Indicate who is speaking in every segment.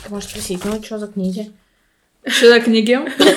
Speaker 1: Можешь спросить, ну что за книги?
Speaker 2: Что за книги?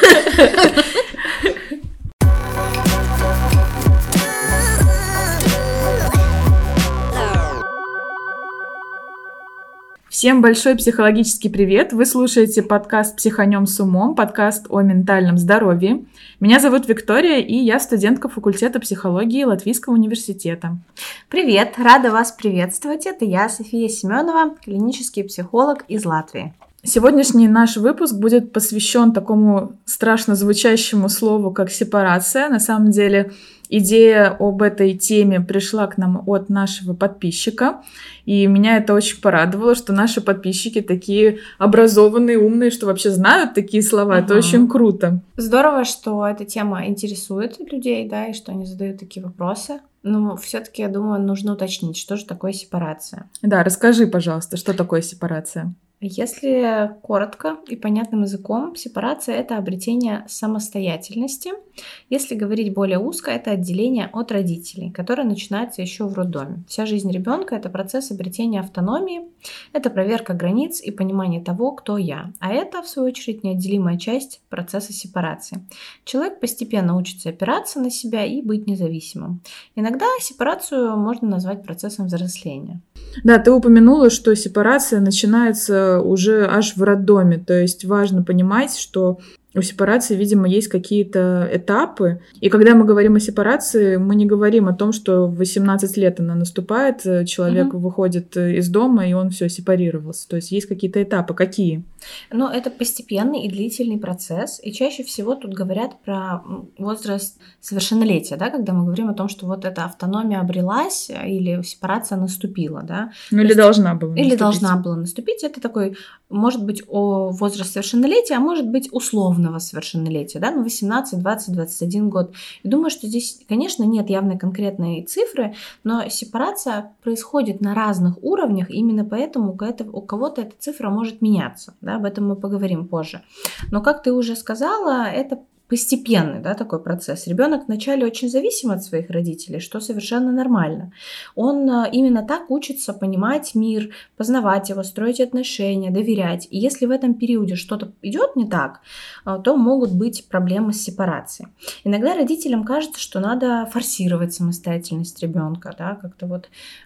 Speaker 2: Всем большой психологический привет! Вы слушаете подкаст «Психанем с умом», подкаст о ментальном здоровье. Меня зовут Виктория, и я студентка факультета психологии Латвийского университета.
Speaker 1: Привет! Рада вас приветствовать. Это я, София Семенова, клинический психолог из Латвии.
Speaker 2: Сегодняшний наш выпуск будет посвящен такому страшно звучащему слову, как сепарация. На самом деле, идея об этой теме пришла к нам от нашего подписчика, и меня это очень порадовало, что наши подписчики такие образованные, умные, что вообще знают такие слова. Это очень круто.
Speaker 1: Здорово, что эта тема интересует людей, да, и что они задают такие вопросы. Но все-таки, я думаю, нужно уточнить, что же такое сепарация.
Speaker 2: Да, расскажи, пожалуйста, что такое сепарация?
Speaker 1: Если коротко и понятным языком, сепарация – это обретение самостоятельности. Если говорить более узко, это отделение от родителей, которое начинается еще в роддоме. Вся жизнь ребенка – это процесс обретения автономии, это проверка границ и понимание того, кто я. А это, в свою очередь, неотделимая часть процесса сепарации. Человек постепенно учится опираться на себя и быть независимым. Иногда сепарацию можно назвать процессом взросления.
Speaker 2: Да, ты упомянула, что сепарация начинается уже аж в роддоме. То есть важно понимать, что у сепарации, видимо, есть какие-то этапы. И когда мы говорим о сепарации, мы не говорим о том, что в 18 лет она наступает, человек выходит из дома, и он все сепарировался. То есть есть какие-то этапы. Какие?
Speaker 1: Ну, это постепенный и длительный процесс. И чаще всего тут говорят про возраст совершеннолетия, да, когда мы говорим о том, что вот эта автономия обрелась или сепарация наступила. Да?
Speaker 2: Ну, или должна была наступить.
Speaker 1: Или должна была наступить. Это такой, может быть, возраст совершеннолетия, а может быть, условного совершеннолетия, да, 18, 20, 21 год. И думаю, что здесь, конечно, нет явной конкретной цифры, но сепарация происходит на разных уровнях, и именно поэтому у кого-то эта цифра может меняться, да, об этом мы поговорим позже. Но, как ты уже сказала, это постепенный, да, такой процесс. Ребенок вначале очень зависим от своих родителей, что совершенно нормально. Он именно так учится понимать мир, познавать его, строить отношения, доверять. И если в этом периоде что-то идет не так, то могут быть проблемы с сепарацией. Иногда родителям кажется, что надо форсировать самостоятельность ребенка, да, как-то вот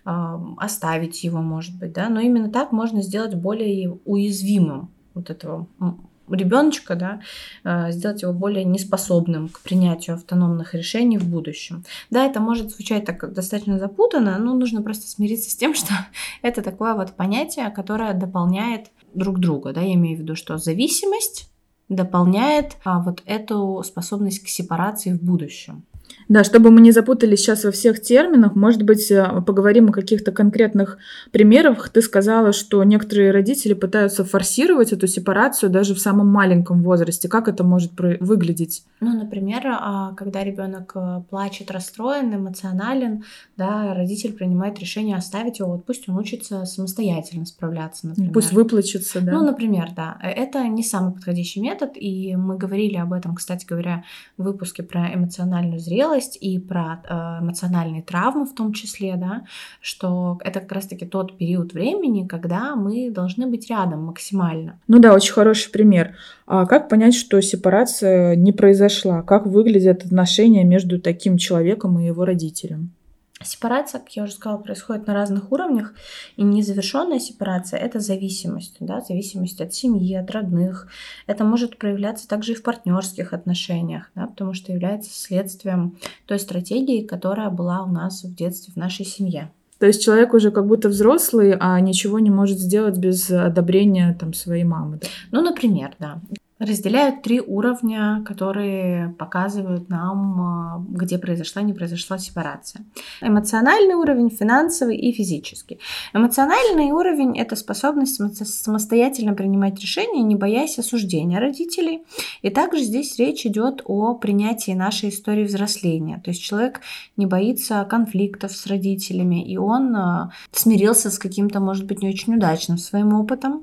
Speaker 1: оставить его, может быть, да, но именно так можно сделать более уязвимым вот этого ребеночка, да, сделать его более неспособным к принятию автономных решений в будущем. Да, это может звучать так достаточно запутанно, но нужно просто смириться с тем, что это такое вот понятие, которое дополняет друг друга. Да, я имею в виду, что зависимость дополняет вот эту способность к сепарации в будущем.
Speaker 2: Да, чтобы мы не запутались сейчас во всех терминах, может быть, поговорим о каких-то конкретных примерах. Ты сказала, что некоторые родители пытаются форсировать эту сепарацию даже в самом маленьком возрасте. Как это может выглядеть?
Speaker 1: Ну, например, когда ребенок плачет, расстроен, эмоционален, да, родитель принимает решение оставить его, вот пусть он учится самостоятельно справляться, например.
Speaker 2: Пусть выплачется, да.
Speaker 1: Ну, например, да. Это не самый подходящий метод, и мы говорили об этом, кстати говоря, в выпуске про эмоциональную зрелость и про эмоциональные травмы в том числе, да, что это как раз-таки тот период времени, когда мы должны быть рядом максимально.
Speaker 2: Ну да, очень хороший пример. А как понять, что сепарация не произошла? Как выглядят отношения между таким человеком и его родителем?
Speaker 1: Сепарация, как я уже сказала, происходит на разных уровнях, и незавершенная сепарация – это зависимость, да, зависимость от семьи, от родных. Это может проявляться также и в партнерских отношениях, да, потому что является следствием той стратегии, которая была у нас в детстве в нашей семье.
Speaker 2: То есть человек уже как будто взрослый, а ничего не может сделать без одобрения там, своей мамы. Да?
Speaker 1: Ну, например, да. Разделяют 3 уровня, которые показывают нам, где произошла, не произошла сепарация. Эмоциональный уровень, финансовый и физический. Эмоциональный уровень – это способность самостоятельно принимать решения, не боясь осуждения родителей. И также здесь речь идет о принятии нашей истории взросления. То есть человек не боится конфликтов с родителями, и он смирился с каким-то, может быть, не очень удачным своим опытом.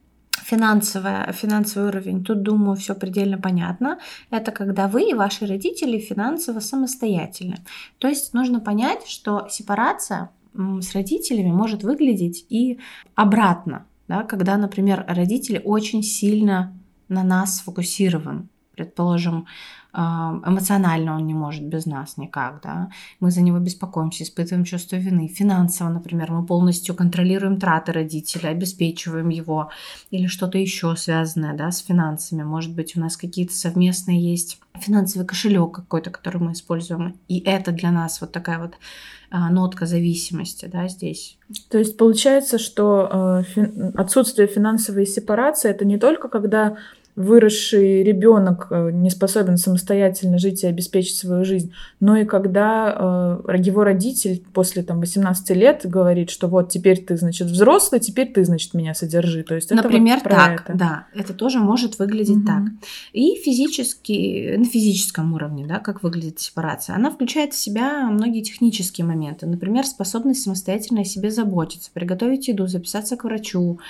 Speaker 1: Финансовый уровень, тут, думаю, все предельно понятно. Это когда вы и ваши родители финансово самостоятельны. То есть нужно понять, что сепарация с родителями может выглядеть и обратно. да, когда, например, родитель очень сильно на нас сфокусирован, предположим, эмоционально он не может без нас никак, да, мы за него беспокоимся, испытываем чувство вины, финансово, например, мы полностью контролируем траты родителя, обеспечиваем его, или что-то еще связанное, да, с финансами, может быть, у нас какие-то совместные есть финансовый кошелек какой-то, который мы используем, и это для нас вот такая вот нотка зависимости, да, здесь.
Speaker 2: То есть получается, что отсутствие финансовой сепарации — это не только когда выросший ребенок не способен самостоятельно жить и обеспечить свою жизнь, но и когда его родитель после 18 лет говорит, что вот теперь ты, значит, взрослый, теперь ты, значит, меня содержи. То есть
Speaker 1: например,
Speaker 2: это вот
Speaker 1: так,
Speaker 2: это.
Speaker 1: Да, это тоже может выглядеть так. И физически, на физическом уровне, да, как выглядит сепарация, она включает в себя многие технические моменты, например, способность самостоятельно о себе заботиться, приготовить еду, записаться к врачу,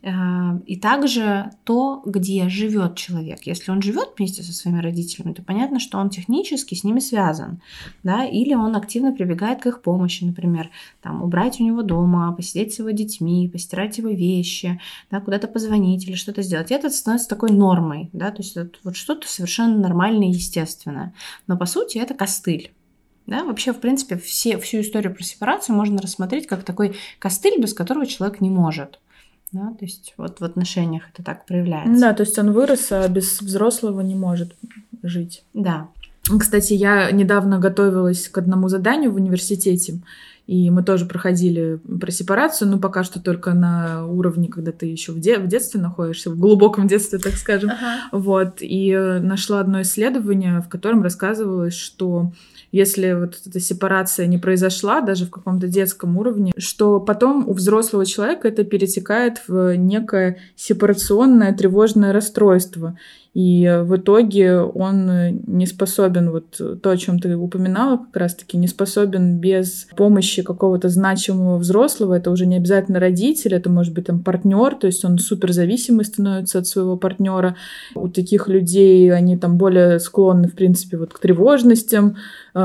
Speaker 1: и также то, где живет человек. Если он живет вместе со своими родителями, то понятно, что он технически с ними связан, да, или он активно прибегает к их помощи, например, убрать у него дома, посидеть с его детьми, постирать его вещи, да, куда-то позвонить или что-то сделать. И это становится такой нормой, да, то есть это вот что-то совершенно нормальное и естественное. Но по сути это костыль. Да, вообще, в принципе, всю историю про сепарацию можно рассмотреть как такой костыль, без которого человек не может. Да, то есть вот в отношениях это так проявляется.
Speaker 2: Да, то есть он вырос, а без взрослого не может жить.
Speaker 1: Да.
Speaker 2: Кстати, я недавно готовилась к одному заданию в университете, и мы тоже проходили про сепарацию, но пока что только на уровне, когда ты еще в детстве находишься, в глубоком детстве, так скажем. Вот. И нашла одно исследование, в котором рассказывалось, что если вот эта сепарация не произошла даже в каком-то детском уровне, что потом у взрослого человека это перетекает в некое сепарационное тревожное расстройство. И в итоге он не способен, вот то, о чем ты упоминала, как раз-таки не способен без помощи какого-то значимого взрослого, это уже не обязательно родитель, это может быть партнер, то есть он суперзависимый становится от своего партнера. У таких людей они более склонны, в принципе, вот к тревожностям,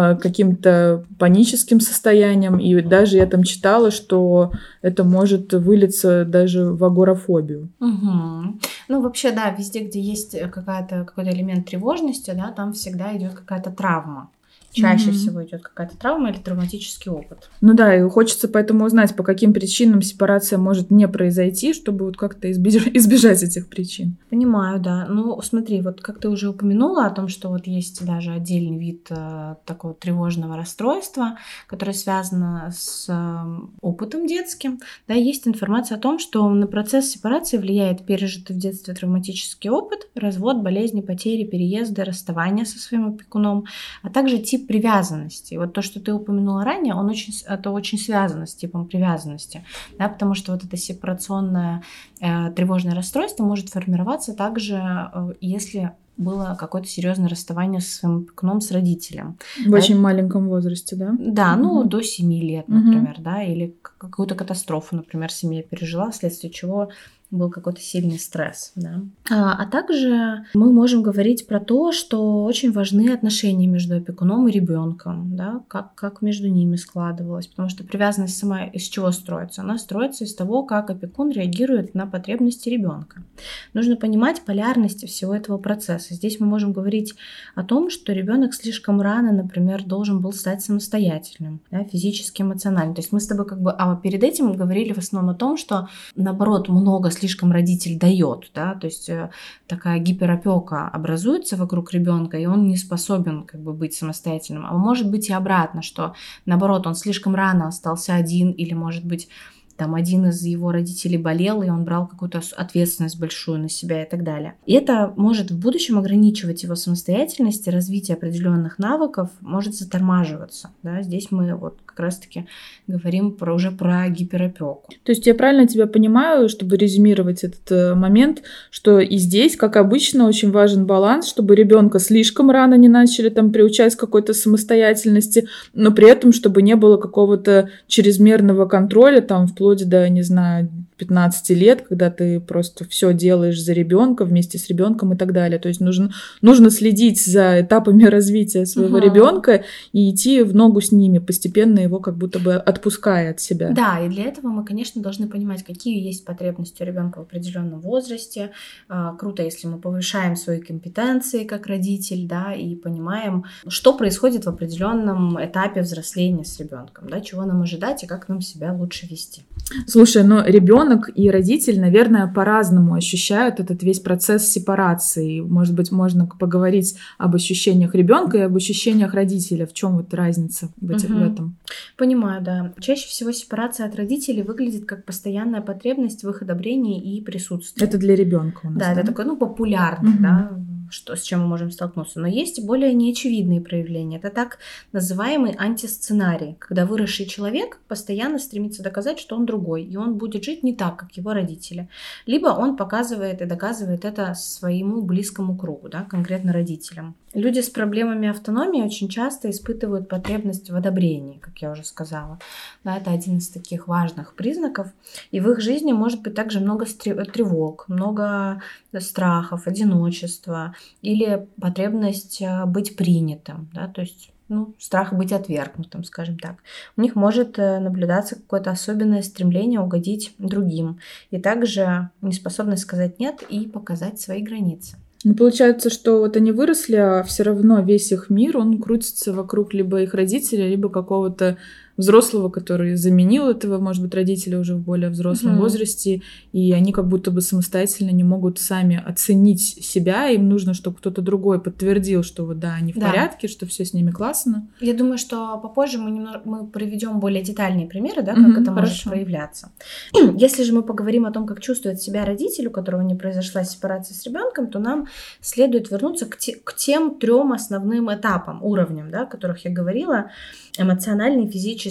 Speaker 2: каким-то паническим состояниям, и даже я читала, что это может вылиться даже в агорафобию.
Speaker 1: Угу. Ну, вообще, да, везде, где есть какой-то элемент тревожности, да, там всегда идет какая-то травма. Чаще всего идет какая-то травма или травматический опыт.
Speaker 2: Ну да, и хочется поэтому узнать, по каким причинам сепарация может не произойти, чтобы вот как-то избежать этих причин.
Speaker 1: Понимаю, да. Ну, смотри, вот как ты уже упомянула о том, что вот есть даже отдельный вид такого тревожного расстройства, которое связано с опытом детским. Да, есть информация о том, что на процесс сепарации влияет пережитый в детстве травматический опыт, развод, болезни, потери, переезды, расставание со своим опекуном, а также тип привязанности. И вот то, что ты упомянула ранее, это очень связано с типом привязанности, да, потому что вот это сепарационное тревожное расстройство может формироваться также, если было какое-то серьезное расставание со своим опекуном, с родителем.
Speaker 2: В очень маленьком возрасте, да?
Speaker 1: Да, до 7 лет, например, да, или какую-то катастрофу, например, семья пережила, вследствие чего был какой-то сильный стресс. Да. А также мы можем говорить про то, что очень важны отношения между опекуном и ребенком, да, как между ними складывалось, потому что привязанность сама из чего строится? Она строится из того, как опекун реагирует на потребности ребенка. Нужно понимать полярность всего этого процесса. Здесь мы можем говорить о том, что ребенок слишком рано, например, должен был стать самостоятельным, да, физически, эмоционально. То есть мы с тобой перед этим говорили в основном о том, что наоборот слишком родитель дает, да, то есть такая гиперопека образуется вокруг ребенка, и он не способен быть самостоятельным. А может быть и обратно, что наоборот он слишком рано остался один, или может быть один из его родителей болел, и он брал какую-то ответственность большую на себя и так далее. И это может в будущем ограничивать его самостоятельность, и развитие определенных навыков может затормаживаться. Да? Здесь мы как раз-таки говорим уже про гиперопеку.
Speaker 2: То есть я правильно тебя понимаю, чтобы резюмировать этот момент, что и здесь, как обычно, очень важен баланс, чтобы ребенка слишком рано не начали приучать к какой-то самостоятельности, но при этом, чтобы не было какого-то чрезмерного контроля, вплоть вплоть до, не знаю, 15 лет, когда ты просто все делаешь за ребенка, вместе с ребенком и так далее. То есть нужно следить за этапами развития своего ребенка и идти в ногу с ними, постепенно его как будто бы отпуская от себя.
Speaker 1: Да, и для этого мы, конечно, должны понимать, какие есть потребности у ребенка в определенном возрасте. Круто, если мы повышаем свои компетенции как родитель, да, и понимаем, что происходит в определенном этапе взросления с ребенком, да, чего нам ожидать и как нам себя лучше вести.
Speaker 2: Слушай, но ребенок и родитель, наверное, по-разному ощущают этот весь процесс сепарации. Может быть, можно поговорить об ощущениях ребенка и об ощущениях родителя. В чем вот разница в этом?
Speaker 1: Понимаю, да. Чаще всего сепарация от родителей выглядит как постоянная потребность в их одобрении и присутствии.
Speaker 2: Это для ребенка у нас.
Speaker 1: Да, это такой, популярный, да, с чем мы можем столкнуться. Но есть и более неочевидные проявления. Это так называемый антисценарий, когда выросший человек постоянно стремится доказать, что он другой, и он будет жить не так, как его родители. Либо он показывает и доказывает это своему близкому кругу, да, конкретно родителям. Люди с проблемами автономии очень часто испытывают потребность в одобрении, как я уже сказала. Да, это один из таких важных признаков. И в их жизни может быть также много тревог, много страхов, одиночества или потребность быть принятым, да, то есть страх быть отвергнутым, скажем так. У них может наблюдаться какое-то особенное стремление угодить другим и также неспособность сказать «нет» и показать свои границы.
Speaker 2: Получается, что вот они выросли, а все равно весь их мир, он крутится вокруг либо их родителей, либо какого-то взрослого, который заменил этого, может быть, родителя уже в более взрослом возрасте, и они как будто бы самостоятельно не могут сами оценить себя, им нужно, чтобы кто-то другой подтвердил, что вот да, они в порядке, что все с ними классно.
Speaker 1: Я думаю, что попозже мы приведем более детальные примеры, да, как это может проявляться. Если же мы поговорим о том, как чувствует себя родитель, у которого не произошла сепарация с ребенком, то нам следует вернуться к тем 3 основным этапам, уровням, да, о которых я говорила: эмоциональный, физический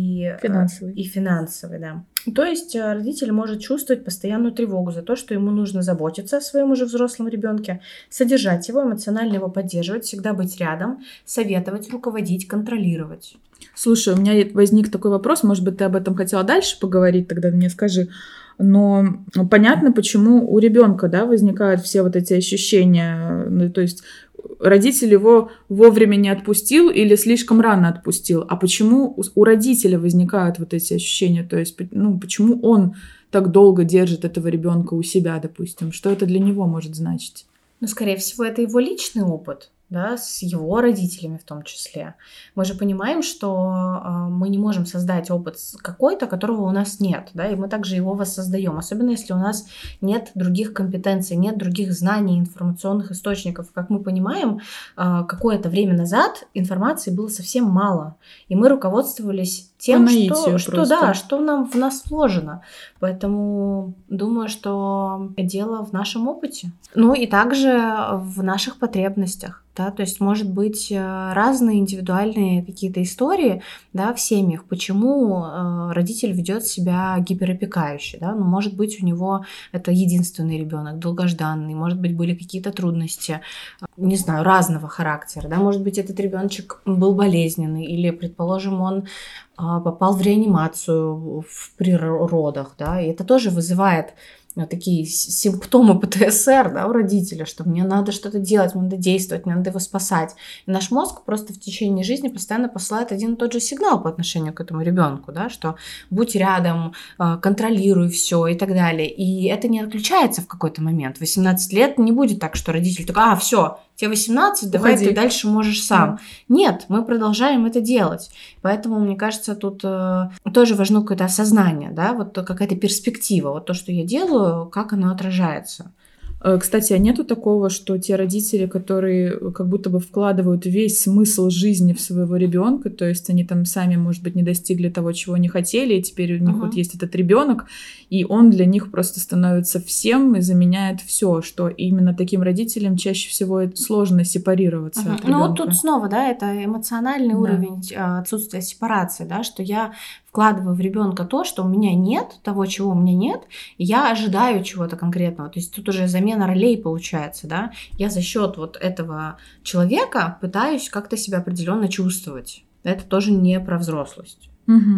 Speaker 1: и финансовый, да. То есть родитель может чувствовать постоянную тревогу за то, что ему нужно заботиться о своем уже взрослом ребенке, содержать его, эмоционально его поддерживать, всегда быть рядом, советовать, руководить, контролировать.
Speaker 2: Слушай, у меня возник такой вопрос, может быть, ты об этом хотела дальше поговорить, тогда мне скажи. Но понятно, почему у ребенка, да, возникают все вот эти ощущения, то есть родитель его вовремя не отпустил или слишком рано отпустил. А почему у родителя возникают вот эти ощущения? То есть, почему он так долго держит этого ребенка у себя, допустим? Что это для него может значить?
Speaker 1: Скорее всего, это его личный опыт, да, с его родителями в том числе. Мы же понимаем, что мы не можем создать опыт какой-то, которого у нас нет, да, и мы также его воссоздаем, особенно если у нас нет других компетенций, нет других знаний, информационных источников. Как мы понимаем, какое-то время назад информации было совсем мало, и мы руководствовались тем, что нам в нас вложено. Поэтому думаю, что дело в нашем опыте. И также в наших потребностях. Да, то есть, может быть, разные индивидуальные какие-то истории, да, в семьях, почему родитель ведет себя гиперопекающе. Да? Может быть, у него это единственный ребенок, долгожданный, может быть, были какие-то трудности, не знаю, разного характера. Да? Может быть, этот ребеночек был болезненный, или, предположим, он попал в реанимацию при родах, да, и это тоже вызывает такие симптомы ПТСР, да, у родителя, что мне надо что-то делать, мне надо действовать, мне надо его спасать. И наш мозг просто в течение жизни постоянно посылает один и тот же сигнал по отношению к этому ребенку, да, что будь рядом, контролируй все и так далее. И это не отключается в какой-то момент. В 18 лет не будет так, что родитель такой: все, тебе 18, давай ты дальше можешь сам. Нет, мы продолжаем это делать. Поэтому, мне кажется, тут тоже важно какое-то осознание, да, вот какая-то перспектива, вот то, что я делаю, как оно отражается.
Speaker 2: Кстати, а нету такого, что те родители, которые как будто бы вкладывают весь смысл жизни в своего ребенка, то есть они там сами, может быть, не достигли того, чего они хотели, и теперь у них вот есть этот ребенок, и он для них просто становится всем и заменяет все, что именно таким родителям чаще всего сложно сепарироваться от ребенка.
Speaker 1: Вот тут снова, да, это эмоциональный уровень отсутствия сепарации, да, что я вкладываю в ребенка то, что у меня нет, того, чего у меня нет, и я ожидаю чего-то конкретного. То есть тут уже замена ролей получается, да. Я за счет вот этого человека пытаюсь как-то себя определенно чувствовать. Это тоже не про взрослость.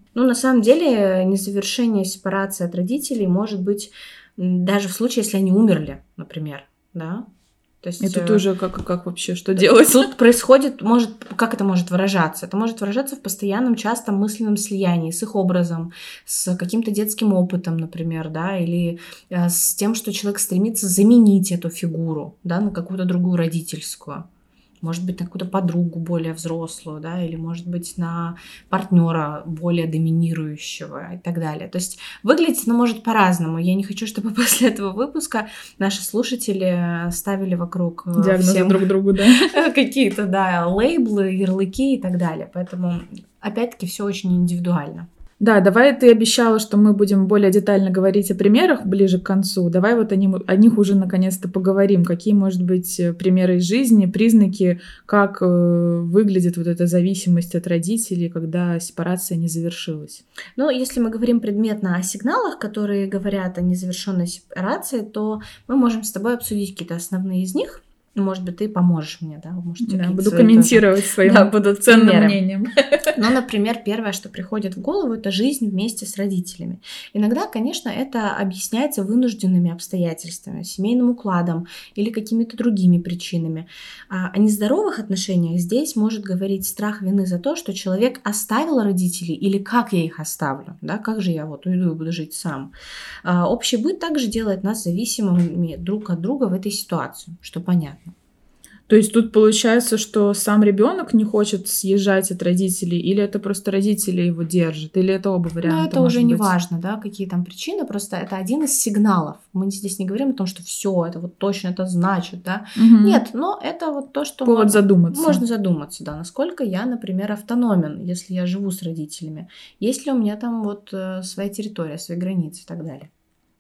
Speaker 1: Ну, на самом деле, незавершение сепарации от родителей может быть даже в случае, если они умерли, например, да.
Speaker 2: То есть, это тоже как вообще, что делать?
Speaker 1: Тут происходит, как это может выражаться? Это может выражаться в постоянном, частом мысленном слиянии с их образом, с каким-то детским опытом, например, да, или с тем, что человек стремится заменить эту фигуру, да, на какую-то другую родительскую. Может быть, на какую-то подругу более взрослую, да, или, может быть, на партнера более доминирующего и так далее. То есть выглядеть оно может по-разному. Я не хочу, чтобы после этого выпуска наши слушатели ставили вокруг
Speaker 2: диагнозы
Speaker 1: всем
Speaker 2: друг другу, да,
Speaker 1: какие-то, да, лейблы, ярлыки и так далее. Поэтому, опять-таки, все очень индивидуально.
Speaker 2: Да, давай, ты обещала, что мы будем более детально говорить о примерах ближе к концу. Давай вот о них уже наконец-то поговорим. Какие, может быть, примеры из жизни, признаки, как выглядит вот эта зависимость от родителей, когда сепарация не завершилась?
Speaker 1: Ну, если мы говорим предметно о сигналах, которые говорят о незавершенной сепарации, то мы можем с тобой обсудить какие-то основные из них. Может быть, ты поможешь мне, да? Может,
Speaker 2: да, буду комментировать своим ценным мнением.
Speaker 1: Ну, например, первое, что приходит в голову, это жизнь вместе с родителями. Иногда, конечно, это объясняется вынужденными обстоятельствами, семейным укладом или какими-то другими причинами. О нездоровых отношениях здесь может говорить страх вины за то, что человек оставил родителей или как я их оставлю, да? Как же я вот уйду и буду жить сам. Общий быт также делает нас зависимыми друг от друга в этой ситуации, что понятно.
Speaker 2: То есть тут получается, что сам ребенок не хочет съезжать от родителей, или это просто родители его держат, или это оба варианта?
Speaker 1: Ну, это уже не важно, да, какие там причины, просто это один из сигналов. Мы здесь не говорим о том, что все, это вот точно это значит, да.
Speaker 2: Угу.
Speaker 1: Нет, но это вот то, что
Speaker 2: повод задуматься.
Speaker 1: Можно задуматься, да, насколько я, например, автономен, если я живу с родителями, есть ли у меня там вот своя территория, свои границы и так далее.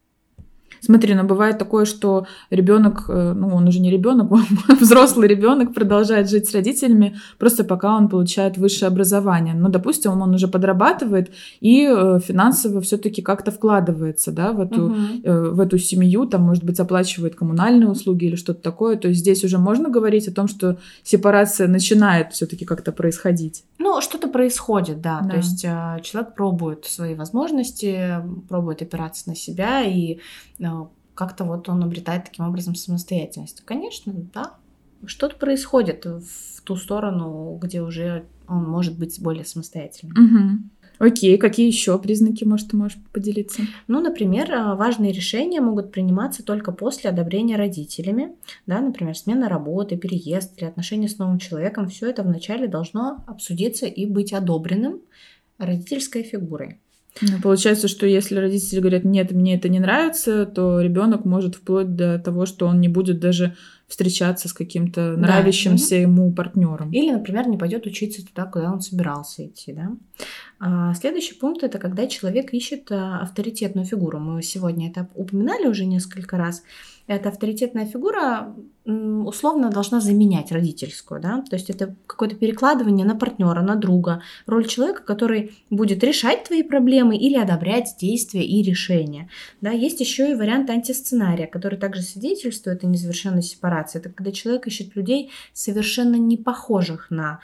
Speaker 2: Смотри, но бывает такое, что ребенок, ну, он уже не ребенок, взрослый ребенок продолжает жить с родителями, просто пока он получает высшее образование. Ну, допустим, он уже подрабатывает и финансово все-таки как-то вкладывается, да, в эту семью, там, может быть, оплачивает коммунальные услуги или что-то такое. То есть здесь уже можно говорить о том, что сепарация начинает все-таки как-то происходить.
Speaker 1: Ну, что-то происходит, да. То есть человек пробует свои возможности, пробует опираться на себя, и как-то вот он обретает таким образом самостоятельность. Конечно, да, что-то происходит в ту сторону, где уже он может быть более самостоятельным.
Speaker 2: Угу. Окей, какие еще признаки, может, ты можешь поделиться?
Speaker 1: Ну, например, важные решения могут приниматься только после одобрения родителями, да, например, смена работы, переезд или отношения с новым человеком. Все это вначале должно обсудиться и быть одобренным родительской фигурой.
Speaker 2: Получается, что если родители говорят, нет, мне это не нравится, то ребенок может вплоть до того, что он не будет даже встречаться с каким-то нравящимся ему партнером.
Speaker 1: Или, например, не пойдет учиться туда, куда он собирался идти. Да? Следующий пункт — это когда человек ищет авторитетную фигуру. Мы сегодня это упоминали уже несколько раз. Эта авторитетная фигура условно должна заменять родительскую, да, то есть это какое-то перекладывание на партнера, на друга, роль человека, который будет решать твои проблемы или одобрять действия и решения. Да, есть еще и вариант антисценария, который также свидетельствует о незавершенной сепарации. Это когда человек ищет людей, совершенно не похожих на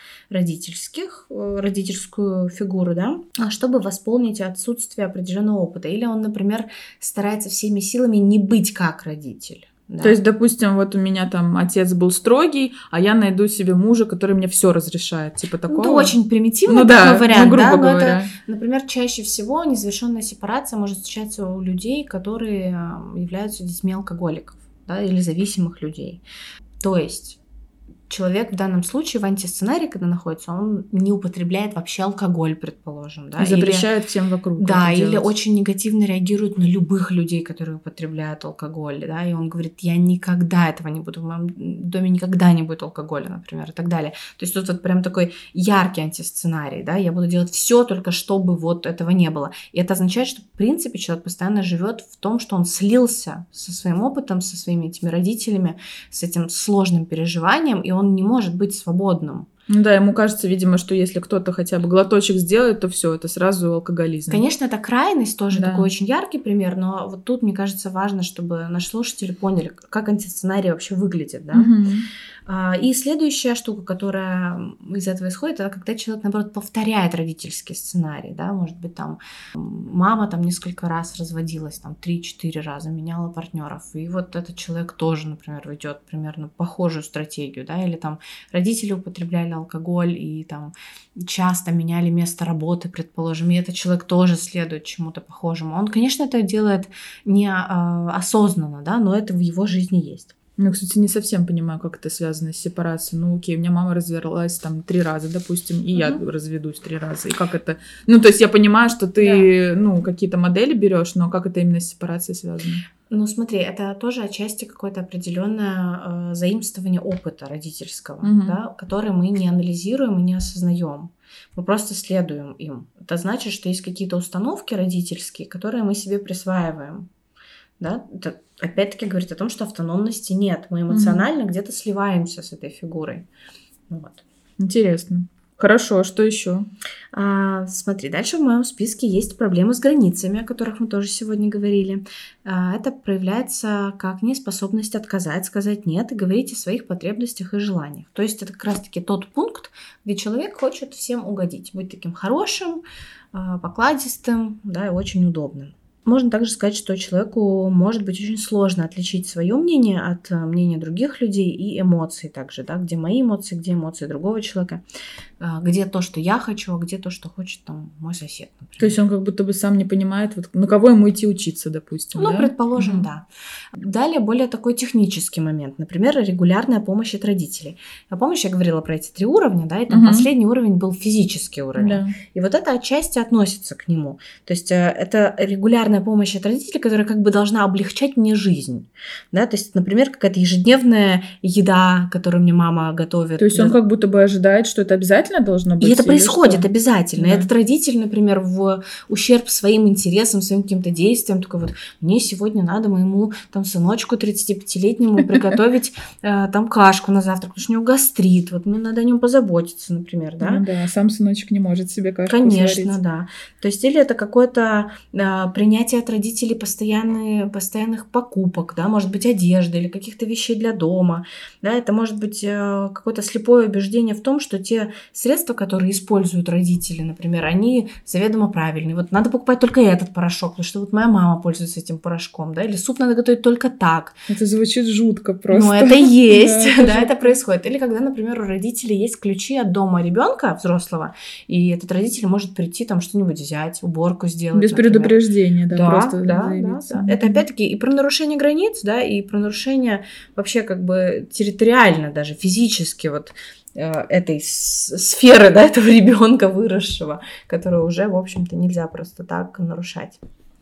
Speaker 1: родительскую фигуру, да, чтобы восполнить отсутствие определенного опыта. Или он, например, старается всеми силами не быть как родитель. Да.
Speaker 2: То есть, допустим, вот у меня там отец был строгий, а я найду себе мужа, который мне все разрешает, типа такого.
Speaker 1: Это очень примитивный такой вариант,
Speaker 2: грубо
Speaker 1: да,
Speaker 2: говоря.
Speaker 1: Но это, например, чаще всего незавершенная сепарация может встречаться у людей, которые являются детьми алкоголиков, да, или зависимых людей. То есть человек в данном случае в антисценарии, когда находится, он не употребляет вообще алкоголь, предположим. Да?
Speaker 2: И запрещает всем вокруг.
Speaker 1: Да, или очень негативно реагирует на любых людей, которые употребляют алкоголь. Да? И он говорит, я никогда этого не буду, в моем доме никогда не будет алкоголя, например, и так далее. То есть тут вот прям такой яркий антисценарий. Да? Я буду делать все только чтобы вот этого не было. И это означает, что в принципе человек постоянно живет в том, что он слился со своим опытом, со своими этими родителями, с этим сложным переживанием, и он не может быть свободным.
Speaker 2: Ну да, ему кажется, видимо, что если кто-то хотя бы глоточек сделает, то все, это сразу алкоголизм.
Speaker 1: Конечно, это крайность, тоже такой очень яркий пример, но вот тут, мне кажется, важно, чтобы наши слушатели поняли, как антисценарий вообще выглядит. Да? И следующая штука, которая из этого исходит, это когда человек, наоборот, повторяет родительский сценарий, да, может быть, там мама там несколько раз разводилась, там 3-4 раза меняла партнеров, и вот этот человек тоже, например, ведет примерно похожую стратегию, да, или там родители употребляли алкоголь и там часто меняли место работы, предположим, и этот человек тоже следует чему-то похожему. Он, конечно, это делает не осознанно, да, но это в его жизни есть.
Speaker 2: Ну, кстати, не совсем понимаю, как это связано с сепарацией. Ну, окей, у меня мама развелась там 3 раза, допустим, и я разведусь 3 раза. И как это... Ну, то есть я понимаю, что ты, ну, какие-то модели берешь, но как это именно с сепарацией связано?
Speaker 1: Ну, смотри, это тоже отчасти какое-то определенное заимствование опыта родительского, да, который мы не анализируем и не осознаем. Мы просто следуем им. Это значит, что есть какие-то установки родительские, которые мы себе присваиваем. Да? Это опять-таки говорит о том, что автономности нет. Мы эмоционально где-то сливаемся с этой фигурой. Вот.
Speaker 2: Интересно. Хорошо, а что еще?
Speaker 1: Смотри, дальше в моем списке есть проблемы с границами, о которых мы тоже сегодня говорили. Это проявляется как неспособность отказать, сказать нет и говорить о своих потребностях и желаниях. То есть это как раз-таки тот пункт, где человек хочет всем угодить, быть таким хорошим, покладистым, да, и очень удобным. Можно также сказать, что человеку может быть очень сложно отличить свое мнение от мнения других людей и эмоций также, да, где мои эмоции, где эмоции другого человека, где то, что я хочу, а где то, что хочет там мой сосед, например.
Speaker 2: То есть он как будто бы сам не понимает, вот, на кого ему идти учиться, допустим,
Speaker 1: Ну,
Speaker 2: да?
Speaker 1: предположим, да. Далее более такой технический момент, например, регулярная помощь от родителей. Помнишь, я говорила про эти 3 уровня, да, и там последний уровень был физический уровень.
Speaker 2: Да.
Speaker 1: И вот это отчасти относится к нему. То есть это регулярная помощь от родителей, которая как бы должна облегчать мне жизнь. Да? То есть, например, какая-то ежедневная еда, которую мне мама готовит.
Speaker 2: То есть он как будто бы ожидает, что это обязательно должно быть?
Speaker 1: И это происходит обязательно.
Speaker 2: Да.
Speaker 1: Этот родитель, например, в ущерб своим интересам, своим каким-то действиям, такой вот, мне сегодня надо моему там сыночку 35-летнему приготовить там кашку на завтрак, потому что у него гастрит, вот мне надо о нем позаботиться, например, да?
Speaker 2: Ну да, а сам сыночек не может себе кашку
Speaker 1: Конечно,
Speaker 2: сварить.
Speaker 1: да. То есть или это какое-то принятие от родителей постоянных покупок, да, может быть, одежды или каких-то вещей для дома, да, это может быть какое-то слепое убеждение в том, что те средства, которые используют родители, например, они заведомо правильные. Вот надо покупать только этот порошок, потому что вот моя мама пользуется этим порошком, да, или суп надо готовить только так.
Speaker 2: Это звучит жутко просто.
Speaker 1: Ну, это есть, да, это происходит. Или когда, например, у родителей есть ключи от дома ребенка взрослого, и этот родитель может прийти там что-нибудь взять, уборку сделать.
Speaker 2: Без предупреждения, да, просто
Speaker 1: да.
Speaker 2: заявиться.
Speaker 1: Это опять-таки и про нарушение границ, да, и про нарушение вообще как бы территориально, даже физически вот этой сферы, да, этого ребенка выросшего, которую уже, в общем-то, нельзя просто так нарушать.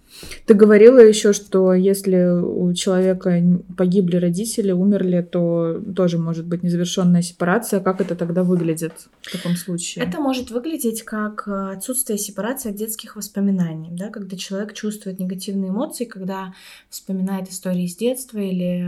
Speaker 2: Ты говорила еще, что если у человека погибли родители, умерли, то тоже может быть незавершенная сепарация. Как это тогда выглядит в таком случае?
Speaker 1: Это может выглядеть как отсутствие сепарации от детских воспоминаний, да, когда человек чувствует негативные эмоции, когда вспоминает истории из детства или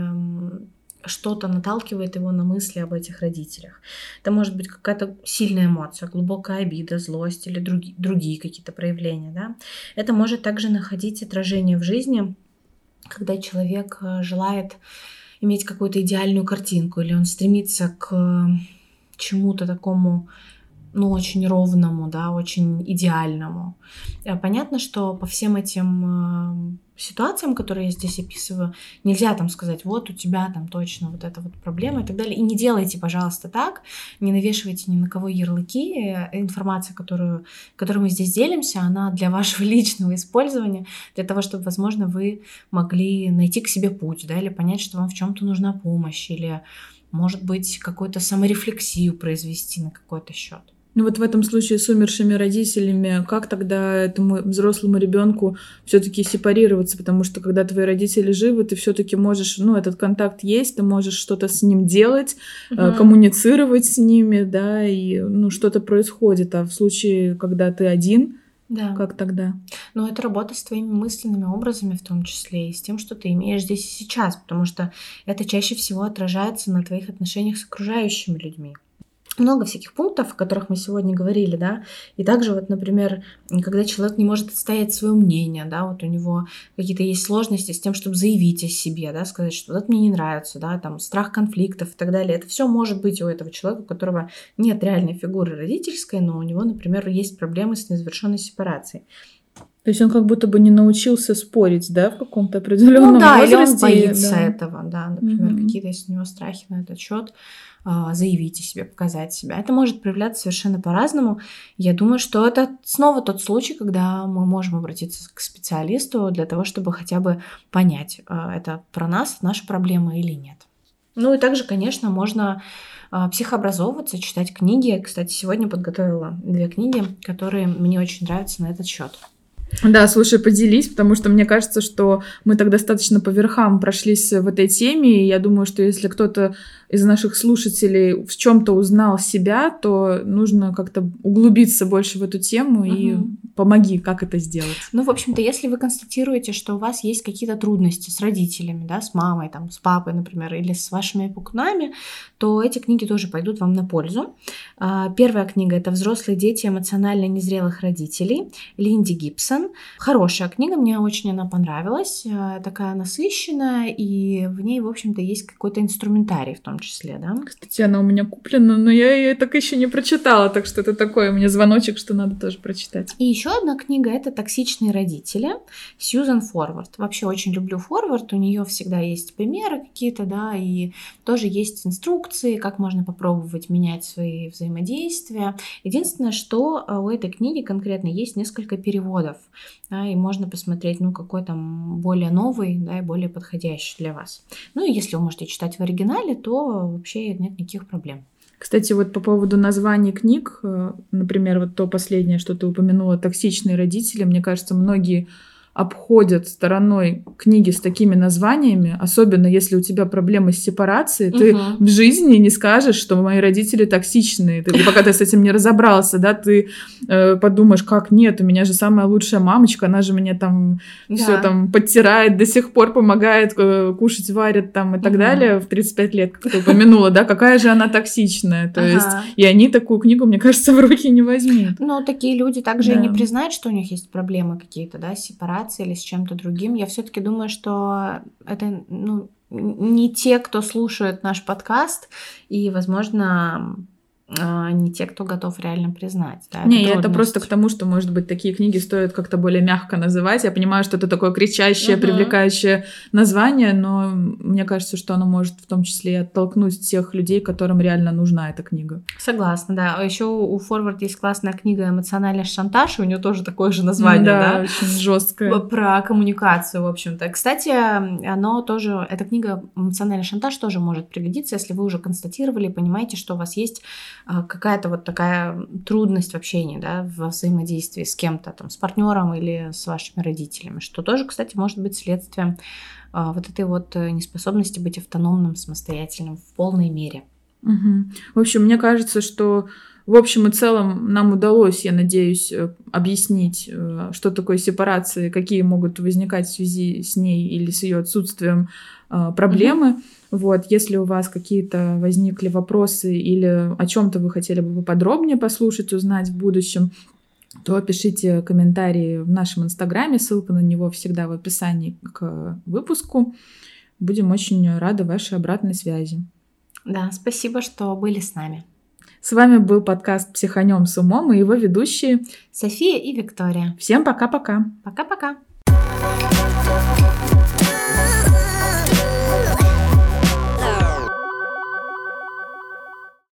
Speaker 1: что-то наталкивает его на мысли об этих родителях. Это может быть какая-то сильная эмоция, глубокая обида, злость или другие какие-то проявления. Да? Это может также находить отражение в жизни, когда человек желает иметь какую-то идеальную картинку, или он стремится к чему-то такому, ну, очень ровному, да, очень идеальному. Понятно, что по всем этим ситуациям, которые я здесь описываю, нельзя там сказать, вот у тебя там точно вот эта вот проблема и так далее. И не делайте, пожалуйста, так, не навешивайте ни на кого ярлыки. Информация, которой мы здесь делимся, она для вашего личного использования, для того, чтобы, возможно, вы могли найти к себе путь, да, или понять, что вам в чем-то нужна помощь, или, может быть, какую-то саморефлексию произвести на какой-то счет.
Speaker 2: Ну вот в этом случае с умершими родителями, как тогда этому взрослому ребенку все-таки сепарироваться? Потому что когда твои родители живы, ты все-таки можешь, ну, этот контакт есть, ты можешь что-то с ним делать, коммуницировать с ними, да, и, ну, что-то происходит. А в случае, когда ты один,
Speaker 1: да.
Speaker 2: Как тогда?
Speaker 1: Ну, это работа с твоими мысленными образами в том числе, и с тем, что ты имеешь здесь и сейчас, потому что это чаще всего отражается на твоих отношениях с окружающими людьми. много всяких пунктов, о которых мы сегодня говорили, да, и также вот, например, когда человек не может отстоять свое мнение, да, вот у него какие-то есть сложности с тем, чтобы заявить о себе, да, сказать, что вот это мне не нравится, да, там, страх конфликтов и так далее, это все может быть у этого человека, у которого нет реальной фигуры родительской, но у него, например, есть проблемы с незавершенной сепарацией.
Speaker 2: То есть он как будто бы не научился спорить, да, в каком-то определенном возрасте.
Speaker 1: Или он боится этого, да, например, какие-то есть у него страхи на этот счет, заявить о себе, показать себя. Это может проявляться совершенно по-разному. Я думаю, что это снова тот случай, когда мы можем обратиться к специалисту для того, чтобы хотя бы понять, это про нас, наша проблема или нет. Ну и также, конечно, можно психообразовываться, читать книги. Кстати, сегодня подготовила 2 книги, которые мне очень нравятся на этот счет.
Speaker 2: Да, слушай, поделись, потому что мне кажется, что мы так достаточно по верхам прошлись в этой теме, и я думаю, что если кто-то из наших слушателей в чем-то узнал себя, то нужно как-то углубиться больше в эту тему и помоги, как это сделать.
Speaker 1: Ну, в общем-то, если вы констатируете, что у вас есть какие-то трудности с родителями, да, с мамой, там, с папой, например, или с вашими опекунами, то эти книги тоже пойдут вам на пользу. Первая книга — это «Взрослые дети эмоционально незрелых родителей» Линди Гибсон. Хорошая книга, мне очень она понравилась, такая насыщенная, и в ней, в общем-то, есть какой-то инструментарий в том числе, да.
Speaker 2: Кстати, она у меня куплена, но я ее так еще не прочитала, так что это такой у меня звоночек, что надо тоже прочитать.
Speaker 1: И еще одна книга — это «Токсичные родители» Сьюзан Форвард. Вообще очень люблю Форвард, у нее всегда есть примеры какие-то, да, и тоже есть инструкции, как можно попробовать менять свои взаимодействия. Единственное, что у этой книги конкретно есть несколько переводов, да, и можно посмотреть, ну, какой там более новый, да, и более подходящий для вас. Ну, и если вы можете читать в оригинале, то вообще нет никаких проблем.
Speaker 2: Кстати, вот по поводу названий книг, например, вот то последнее, что ты упомянула, «Токсичные родители», мне кажется, многие обходят стороной книги с такими названиями, особенно если у тебя проблемы с сепарацией, ты в жизни не скажешь, что мои родители токсичные, пока ты с этим не разобрался, да, ты подумаешь, как нет, у меня же самая лучшая мамочка, она же мне там все там подтирает, до сих пор помогает, кушать варит там и так далее в 35 лет, как ты упомянула, да, какая же она токсичная, то есть, и они такую книгу, мне кажется, в руки не возьмут.
Speaker 1: Но такие люди также и не признают, что у них есть проблемы какие-то, да, сепарации или с чем-то другим. Я все-таки думаю, что это, ну, не те, кто слушает наш подкаст, и, возможно, не те, кто готов реально признать. Да,
Speaker 2: это просто к тому, что, может быть, такие книги стоит как-то более мягко называть. Я понимаю, что это такое кричащее, привлекающее название, но мне кажется, что оно может в том числе и оттолкнуть тех людей, которым реально нужна эта книга.
Speaker 1: Согласна, да. Еще у Форвард есть классная книга «Эмоциональный шантаж», и у нее тоже такое же название, да?
Speaker 2: Очень жесткое.
Speaker 1: Про коммуникацию, в общем-то. Кстати, эта книга «Эмоциональный шантаж» тоже может пригодиться, если вы уже констатировали и понимаете, что у вас есть какая-то вот такая трудность в общении, да, во взаимодействии с кем-то, там, с партнером или с вашими родителями, что тоже, кстати, может быть следствием вот этой вот неспособности быть автономным, самостоятельным в полной мере.
Speaker 2: В общем, мне кажется, что в общем и целом нам удалось, я надеюсь, объяснить, что такое сепарация, какие могут возникать в связи с ней или с ее отсутствием проблемы. Вот, если у вас какие-то возникли вопросы или о чем-то вы хотели бы подробнее послушать, узнать в будущем, то пишите комментарии в нашем инстаграме, ссылка на него всегда в описании к выпуску. Будем очень рады вашей обратной связи.
Speaker 1: Да, спасибо, что были с нами.
Speaker 2: С вами был подкаст «Психанем с умом» и его ведущие
Speaker 1: София и Виктория.
Speaker 2: Всем пока-пока.
Speaker 1: Пока-пока.